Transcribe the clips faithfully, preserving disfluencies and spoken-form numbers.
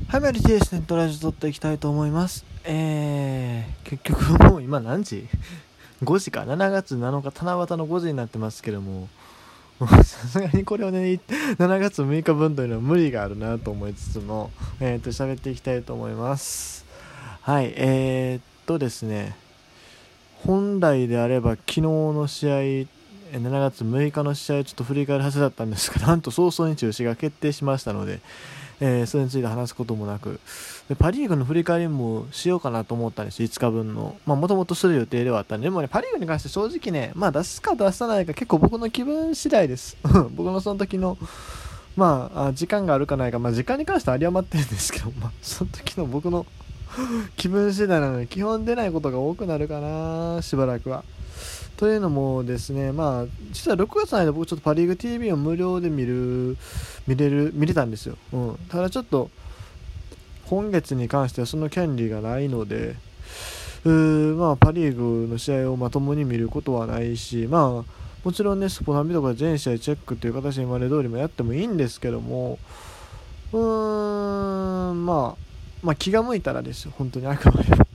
はい、メリティエスネットラジオ撮っていきたいと思います。えー、結局もう今何時 ?ご 時か。しちがつなのか七夕のごじになってますけども、さすがにこれをね、しちがつむいかぶんというのは無理があるなと思いつつも、えーと、喋っていきたいと思います。はい、えーっとですね、本来であれば昨日の試合、しちがつむいかの試合をちょっと振り返るはずだったんですが、なんと早々に中止が決定しましたので、えー、それについて話すこともなく、でパ・リーグの振り返りもしようかなと思ったんですよ、いつかぶんの。まあ、もともとする予定ではあったんで、でもね、パ・リーグに関して正直ね、まあ、出すか出さないか、結構僕の気分次第です。僕のその時の、まあ、時間があるかないか、まあ、時間に関しては有り余ってるんですけど、まあ、その時の僕の気分次第なので、基本出ないことが多くなるかな、しばらくは。というのもですね、まあ、実はろくがつの間、僕ちょっとパ・リーグ ティーブイ を無料で見る、見れる、見れたんですよ。うん。ただちょっと、今月に関してはその権利がないので、うーまあ、パ・リーグの試合をまともに見ることはないし、まあ、もちろんね、スポナビとか全試合チェックという形に今まで通りもやってもいいんですけども、うーん、まあ、まあ、気が向いたらですよ、本当にあくまでも。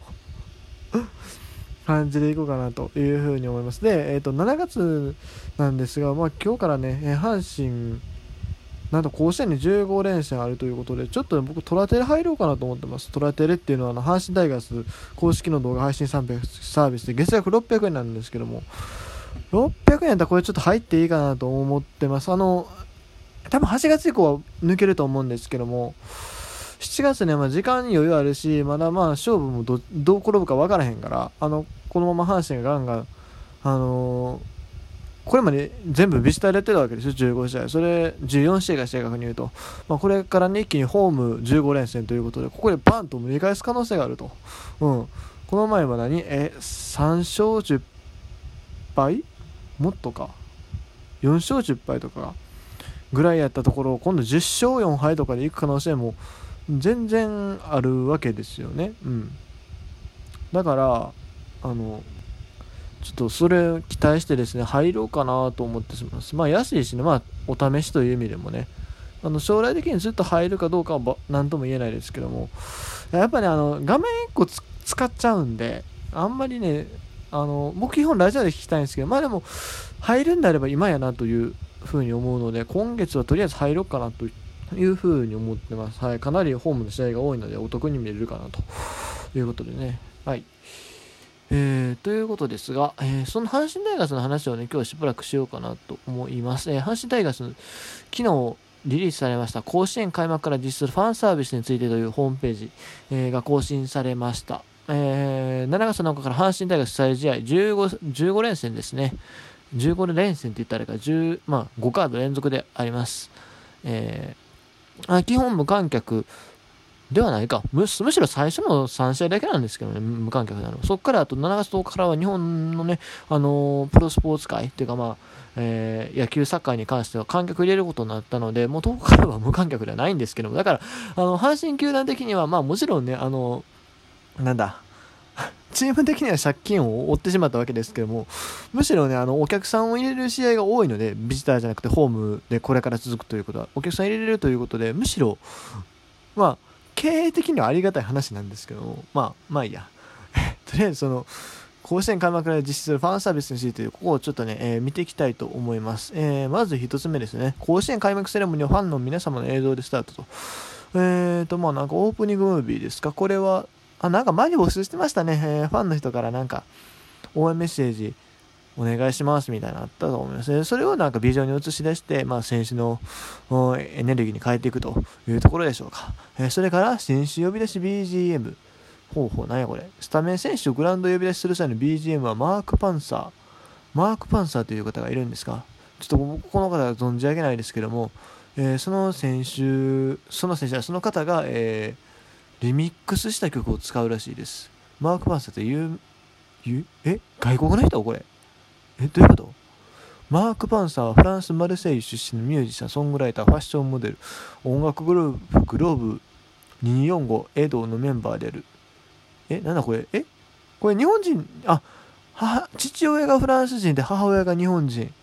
感じでいこうかなというふうに思います。で、えー、としちがつなんですが、まあ、今日からね、阪神、なんと甲子園にじゅうごれんせんあるということで、ちょっと、ね、僕、トラテレ入ろうかなと思ってます。トラテレっていうのはあの阪神タイガース公式の動画配信サービスで月額ろっぴゃくえんなんですけども、ろっぴゃくえんだったらこれちょっと入っていいかなと思ってます。あの多分はちがつ以降は抜けると思うんですけども、しちがつね、まあ、時間に余裕あるし、まだまあ勝負も ど, どう転ぶか分からへんから、あのこのまま阪神がガンガン、あのー、これまで全部ビジターでやってたわけですよ、じゅうごしあい。それじゅうよんしあいが正確に言うと、まあ、これから、ね、一気にホームじゅうごれんせんということで、ここでバンと盛り返す可能性があると。うん、この前は何えさんしょうじゅっぱいもっとかよんしょうじゅっぱいとかぐらいやったところ、今度じゅっしょうよんはいとかでいく可能性も全然あるわけですよね。うん。だからあのちょっとそれを期待してですね、入ろうかなと思ってしまいます。まあ安いしね、まあお試しという意味でもね、あの将来的にずっと入るかどうかは何とも言えないですけども、やっぱね、あの画面いっこつ使っちゃうんで、あんまりね、あの僕基本ラジオで聞きたいんですけど、まあでも入るんであれば今やなというふうに思うので、今月はとりあえず入ろうかなというふうに思ってます。はい、かなりホームの試合が多いのでお得に見れるかなということでね。はい。えー、ということですが、えー、その阪神タイガースの話をね、今日はしばらくしようかなと思います。えー、阪神タイガース、昨日リリースされました甲子園開幕から実施するファンサービスについてというホームページ、えー、が更新されました。えー、しちがつなのかから阪神タイガース再試合じゅうご、じゅうごれんせんですね。じゅうごれんせんって言ったらか、じゅう、まあ、ごカード連続であります。えー、あ基本無観客ではないか む, むしろ最初のさん試合だけなんですけどね、無観客なの。そこからあとしちがつとおかからは日本のね、あのー、プロスポーツ界っていうか、まあえー、野球サッカーに関しては観客入れることになったので、もうとおかからは無観客ではないんですけども、だからあの阪神球団的にはまあもちろんね、あのなんだチーム的には借金を負ってしまったわけですけども、むしろね、あのお客さんを入れる試合が多いので、ビジターじゃなくてホームでこれから続くということはお客さん入れれるということで、むしろまあ経営的にはありがたい話なんですけど、まあまあいいやとりあえずその甲子園開幕から実施するファンサービスについてここをちょっとね、えー、見ていきたいと思います。えー、まず一つ目ですね、甲子園開幕セレモニーはファンの皆様の映像でスタートと。えーとまあなんかオープニングムービーですか、これはあなんか前に募集してましたね、えー、ファンの人からなんか応援メッセージお願いしますみたいなのあったと思いますね。それをなんかビジョンに映し出して、まあ、選手のエネルギーに変えていくというところでしょうか。えー、それから選手呼び出し ビージーエム、 ほうほうなんやこれ、スタメン選手をグラウンド呼び出しする際の ビージーエム はマーク・パンサーマーク・パンサーという方がいるんですか。ちょっと僕この方は存じ上げないですけども、えー、その選手その選手はその方が、えー、リミックスした曲を使うらしいです。マーク・パンサーって言う言うえ外国の人これえどういうこと。マーク・パンサーはフランス・マルセイユ出身のミュージシャン、ソングライター、ファッションモデル、音楽グループグローブにひゃくよんじゅうごエドのメンバーである。えなんだこれえこれ日本人、あ母父親がフランス人で母親が日本人。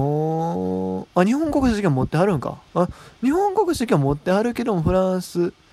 ほーあ日本国籍は持ってはるんか。あ日本国籍は持ってはるけどもフランス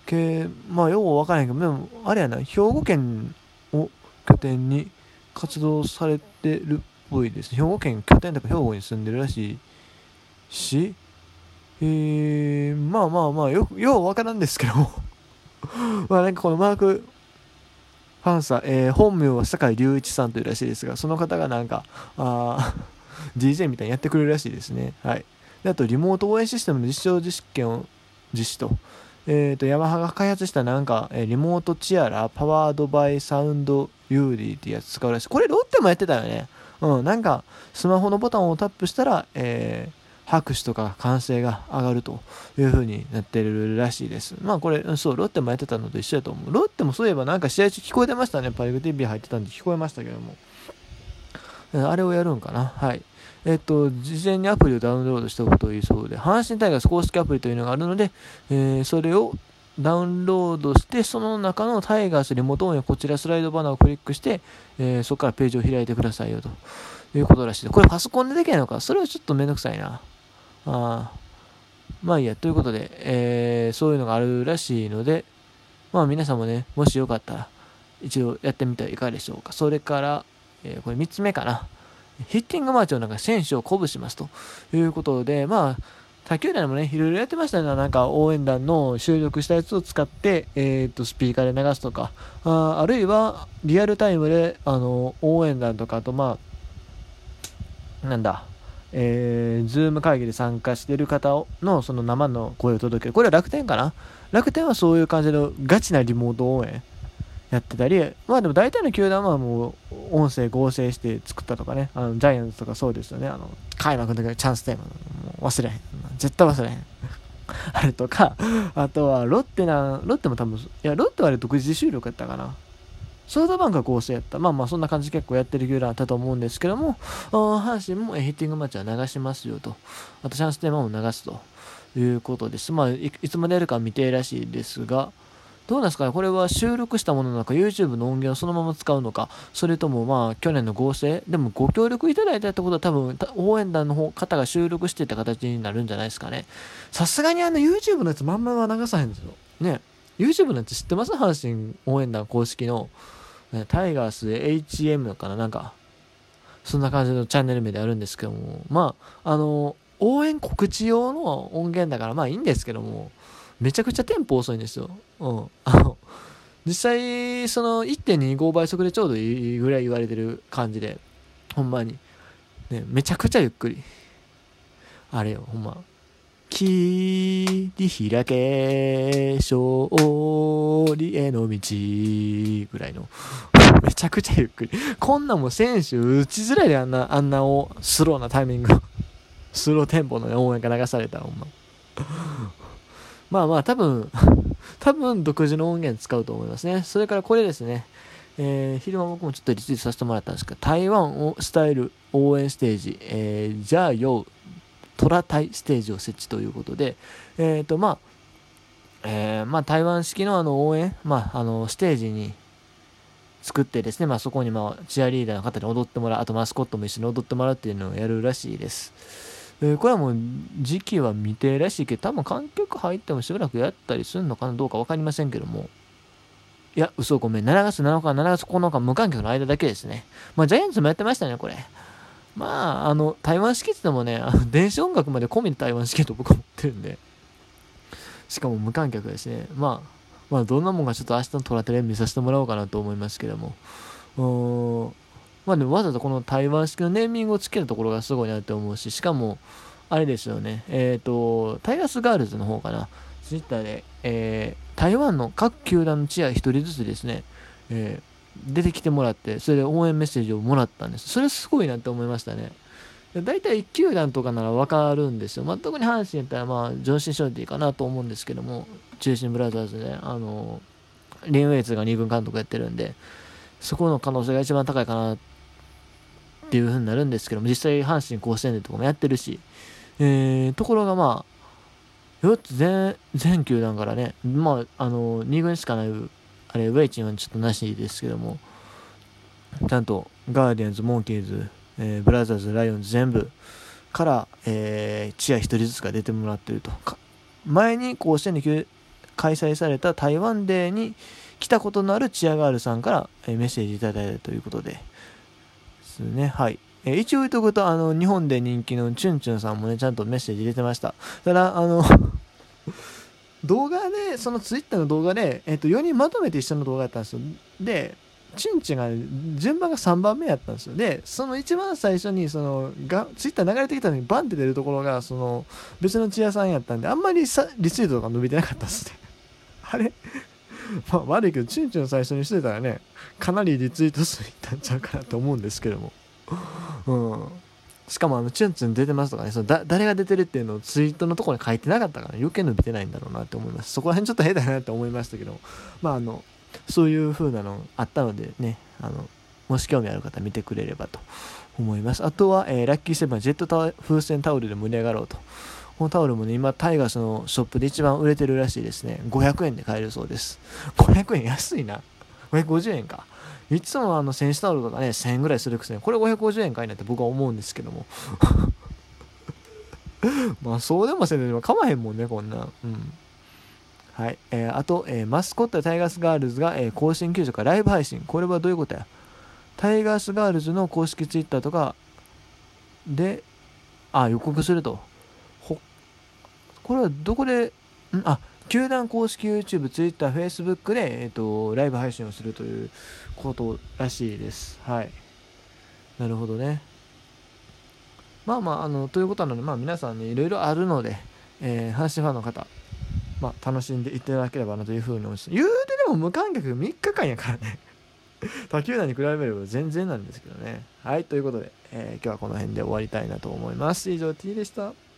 けまあよう分からへんけど、でもあれやな、兵庫県を拠点に活動されてるっぽいですね。兵庫県拠点とか兵庫に住んでるらしいし、えー、まあまあまあよくよう分からんですけどもまあなんかこのマークファンサー、えー、本名は坂井隆一さんというらしいですが、その方がなんかあディージェー みたいにやってくれるらしいですね。はい。であとリモート応援システムの実証実験を実施と、えー、とヤマハが開発したなんか、えー、リモートチアラパワードバイサウンドユーディってやつ使うらしい。これロッテもやってたよね。うん、なんかスマホのボタンをタップしたら、えー拍手とか歓声が上がるという風になってるらしいです。まあこれ、そう、ロッテもやってたのと一緒だと思う。ロッテもそういえばなんか試合中聞こえてましたね。パリグ ティーブイ 入ってたんで聞こえましたけども。あれをやるんかな。はい。えっと、事前にアプリをダウンロードしておくというそうで、阪神タイガース公式アプリというのがあるので、えー、それをダウンロードして、その中のタイガースリモート応援、こちらスライドバナーをクリックして、えー、そこからページを開いてくださいよということらしい。これパソコンでできないのか、それはちょっとめんどくさいな。あまあいいや、ということで、えー、そういうのがあるらしいので、まあ皆さんもね、もしよかったら、一度やってみてはいかがでしょうか。それから、えー、これみっつめかな。ヒッティングマーチをなんか選手を鼓舞しますということで、まあ、他球団もね、いろいろやってましたね。なんか応援団の収録したやつを使って、えー、とスピーカーで流すとか、あ, あるいはリアルタイムであの応援団とか、あとまあ、なんだ、えー、ズーム会議で参加している方のその生の声を届ける。これは楽天かな。楽天はそういう感じのガチなリモート応援やってたり、まあでも大体の球団はもう音声合成して作ったとかね、あのジャイアンツとかそうですよね。あの開幕の時のチャンステーマ、もう忘れへん。絶対忘れへん。あれとか、あとはロッテな、ロッテも多分、いや、ロッテはあれ独自収録やったかな。ソフトバンクは合成やった。まあまあそんな感じで結構やってる球団あったと思うんですけども、阪神もヒッティングマッチは流しますよと。あとチャンステーマも流すということです。まあ い, いつまでやるか未定らしいですが、どうなんですかね。これは収録したものなのか YouTube の音源をそのまま使うのか、それともまあ去年の合成でもご協力いただいたってことは多分応援団の方方が収録していた形になるんじゃないですかね。さすがにあの YouTube のやつまんまは流さへんですよね。 YouTube のやつ知ってます？阪神応援団公式のタイガース エイチエム かな、なんかそんな感じのチャンネル名であるんですけども、まああの応援告知用の音源だからまあいいんですけども、めちゃくちゃテンポ遅いんですよ。うん、あの実際その いってんにご 倍速でちょうどいいぐらい言われてる感じで、ほんまにね、めちゃくちゃゆっくり、あれよほんま、切り開け勝利への道ぐらいのめちゃくちゃゆっくり、こんなもん選手打ちづらいで、あんなあんなをスローなタイミングスローテンポの、ね、応援が流されたらほんままあまあ多分多分独自の音源使うと思いますね。それからこれですね、えー、昼間僕もちょっとリツイートさせてもらったんですけど、台湾をスタイル応援ステージ、えー、じゃあよトラタイステージを設置ということで、えーとまあえーまあ、台湾式のあの応援、まあ、あのステージに作ってですね、まあ、そこにまあチアリーダーの方に踊ってもらう、あとマスコットも一緒に踊ってもらうっていうのをやるらしいです。えー、これはもう時期は未定らしいけど、多分観客入ってもしばらくやったりするのかな、どうか分かりませんけども、いや嘘ごめん、しちがつなのかしちがつここのか無観客の間だけですね。まあジャイアンツもやってましたねこれ。まああの台湾式ってもね、あの電子音楽まで込みで台湾式と僕は持ってるんで、しかも無観客ですね。まあまあどんなもんかちょっと明日のトラテレ見させてもらおうかなと思いますけども、うーんまあでもわざわざこの台湾式のネーミングをつけたところがすごいなって思うし、しかもあれですよね、えっとタイガースガールズの方かな、ツイッターで、えー、台湾の各球団のチア一人ずつですね、えー、出てきてもらって、それで応援メッセージをもらったんです。それすごいなって思いましたね。だいたいいち球団とかなら分かるんですよ。まあ、特に阪神やったらまあジョンシン・ショーティーかなと思うんですけども、中心ブラザーズで、あのリン・ウェイツがに軍監督やってるんで、そこの可能性が一番高いかなっていう風になるんですけども、実際阪神甲子園でとかもやってるし、えー、ところがまあよっつ 全, 全球団からね、まああのに軍しかない、あれウェイチンはちょっとなしですけども、ちゃんとガーディアンズ、モンキーズ、えー、ブラザーズ、ライオンズ全部から、えー、チア一人ずつが出てもらってると。前に甲子園に勝開催された台湾デーに来たことのあるチアガールさんから、えー、メッセージいただいたということでですね。はい。えー、一応言っとくと、あの、日本で人気のチュンチュンさんもね、ちゃんとメッセージ入れてました。ただ、あの、動画で、そのツイッターの動画で、えっと、よにんまとめて一緒の動画やったんですよ。で、チュンチュンが、順番がさんばんめやったんですよ。で、その一番最初に、その、がツイッター流れてきたのにバンって出るところが、その、別のチアさんやったんで、あんまりさリツイートとか伸びてなかったですね。あれまあ、悪いけど、チュンチュン最初にしてたらね、かなりリツイート数いったんちゃうかなと思うんですけども。うん。しかも、あの、チュンチュン出てますとかね、そのだ誰が出てるっていうのをツイートのところに書いてなかったから、余計伸びてないんだろうなって思います。そこら辺ちょっと下手だなって思いましたけど、まあ、あの、そういう風なのあったのでね、あの、もし興味ある方見てくれればと思います。あとは、えー、ラッキーセブンジェットタ風船タオルで盛り上がろうと。このタオルもね、今、タイガースのショップで一番売れてるらしいですね。ごひゃくえんで買えるそうです。ごひゃくえん安いな。ごひゃくごじゅうえんか。いつもあの選手タオルとかね、せんえんぐらいするくせに、これごひゃくごじゅうえんかいなって僕は思うんですけども。まあ、そうでもせんでもかまへんもんね、こんな。うん。はい。えー、あと、えー、マスコットタイガースガールズが、えー、甲子園球場からライブ配信。これはどういうことや。タイガースガールズの公式ツイッターとかで、あ、予告すると。これはどこで、んあ、球団公式 YouTube、Twitter、Facebook で、えーと、ライブ配信をするということらしいです。はい。なるほどね。まあまあ、あの、ということなので、まあ皆さんね、いろいろあるので、えー、阪神ファンの方、まあ楽しんでいただければなというふうに思います。言うてでも無観客みっかかんやからね。他球団に比べれば全然なんですけどね。はい、ということで、えー、今日はこの辺で終わりたいなと思います。以上 T でした。